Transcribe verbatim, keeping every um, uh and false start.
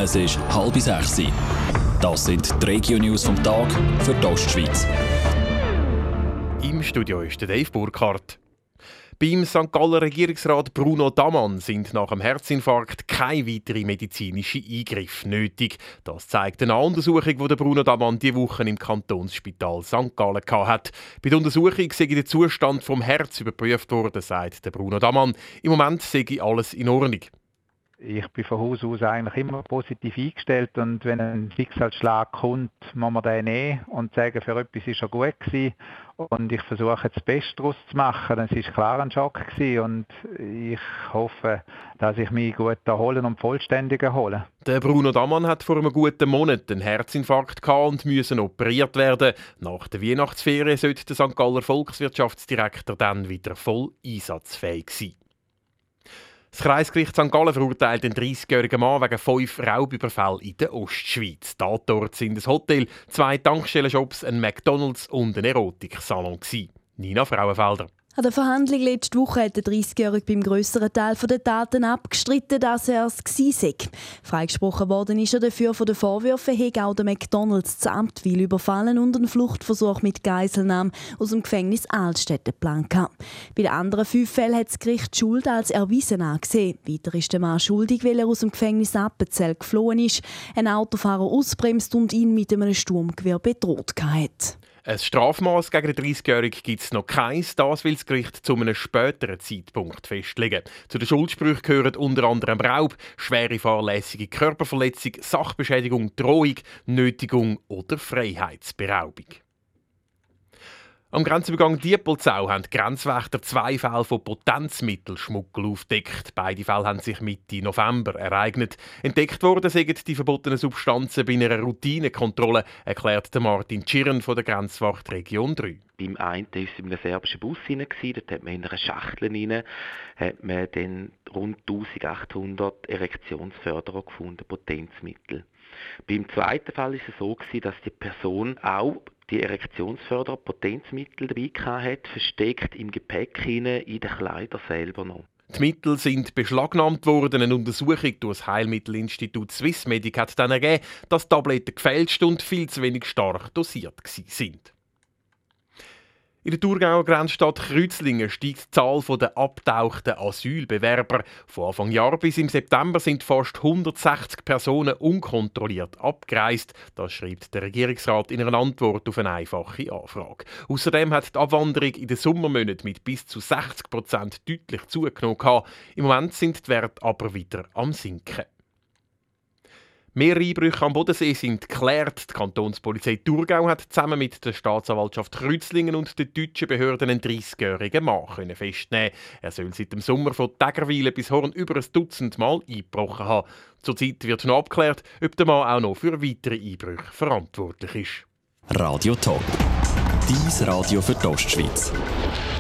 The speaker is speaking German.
Es ist halb sechs. Das sind die Regio-News vom Tag für die Ostschweiz. Im Studio ist der Dave Burkhardt. Beim Sankt Galler Regierungsrat Bruno Damann sind nach dem Herzinfarkt keine weiteren medizinischen Eingriffe nötig. Das zeigt eine Untersuchung, die Bruno Damann diese Woche im Kantonsspital Sankt Gallen hatte. Bei der Untersuchung sei der Zustand vom Herz überprüft worden, sagt der Bruno Damann. Im Moment sei alles in Ordnung. Ich bin von Haus aus eigentlich immer positiv eingestellt und wenn ein Schicksalsschlag kommt, muss man den nehmen und sagen, für etwas war er gut gewesen. Und ich versuche jetzt das Beste daraus zu machen. Es war klar ein Schock gewesen und ich hoffe, dass ich mich gut erholen und vollständig erhole. Der Bruno Damann hat vor einem guten Monat einen Herzinfarkt gehabt und musste operiert werden. Nach der Weihnachtsferien sollte der Sankt Galler Volkswirtschaftsdirektor dann wieder voll einsatzfähig sein. Das Kreisgericht Sankt Gallen verurteilt einen dreißigjährigen Mann wegen fünf Raubüberfällen in der Ostschweiz. Tatort sind ein Hotel, zwei Tankstellenshops, ein McDonalds und ein Erotiksalon. Nina Frauenfelder. An der Verhandlung letzte Woche hat der dreißigjährige beim grösseren Teil der Taten abgestritten, dass er es gewesen sei. Freigesprochen worden ist er dafür von den Vorwürfen, hätte auch der McDonalds zu Amtwil überfallen und einen Fluchtversuch mit Geiselnahme aus dem Gefängnis Altstädte geplant gehabt. Bei den anderen fünf Fällen hat das Gericht die Schuld als erwiesen angesehen. Weiter ist der Mann schuldig, weil er aus dem Gefängnis Appenzell geflohen ist, ein Autofahrer ausbremst und ihn mit einem Sturmgewehr bedroht hat. Ein Strafmaß gegen den dreißigjährigen gibt es noch keins. Das will das Gericht zu einem späteren Zeitpunkt festlegen. Zu den Schuldsprüchen gehören unter anderem Raub, schwere fahrlässige Körperverletzung, Sachbeschädigung, Drohung, Nötigung oder Freiheitsberaubung. Am Grenzübergang Diepolzau haben die Grenzwächter zwei Fälle von Potenzmittelschmuggel aufgedeckt. Beide Fälle haben sich Mitte November ereignet. Entdeckt worden sind die verbotenen Substanzen bei einer Routinekontrolle, erklärt Martin Tschirren von der Grenzwacht Region drei. Beim einen war es in einem serbischen Bus hinein, dort hat man in einer Schachtel hinein, hat man dann rund eintausendachthundert Erektionsförderer gefunden, Potenzmittel. Beim zweiten Fall war es so, dass die Person auch die Erektionsförderer Potenzmittel dabei hatte, versteckt im Gepäck hinein, in den Kleidern selber noch. Die Mittel sind beschlagnahmt worden. Eine Untersuchung durch das Heilmittelinstitut Swissmedic hat dann ergeben, dass die Tabletten gefälscht und viel zu wenig stark dosiert sind. In der Thurgauer Grenzstadt Kreuzlingen steigt die Zahl der abtauchten Asylbewerber. Von Anfang Jahr bis im September sind fast hundertsechzig Personen unkontrolliert abgereist. Das schreibt der Regierungsrat in einer Antwort auf eine einfache Anfrage. Außerdem hat die Abwanderung in den Sommermonaten mit bis zu sechzig Prozent deutlich zugenommen. Im Moment sind die Werte aber wieder am Sinken. Mehrere Einbrüche am Bodensee sind geklärt. Die Kantonspolizei Thurgau hat zusammen mit der Staatsanwaltschaft Kreuzlingen und den deutschen Behörden einen dreißigjährigen Mann festnehmen. Er soll seit dem Sommer von Tägerwilen bis Horn über ein Dutzend Mal eingebrochen haben. Zurzeit wird noch abgeklärt, ob der Mann auch noch für weitere Einbrüche verantwortlich ist. Radio Top. Dies Radio für die Ostschweiz.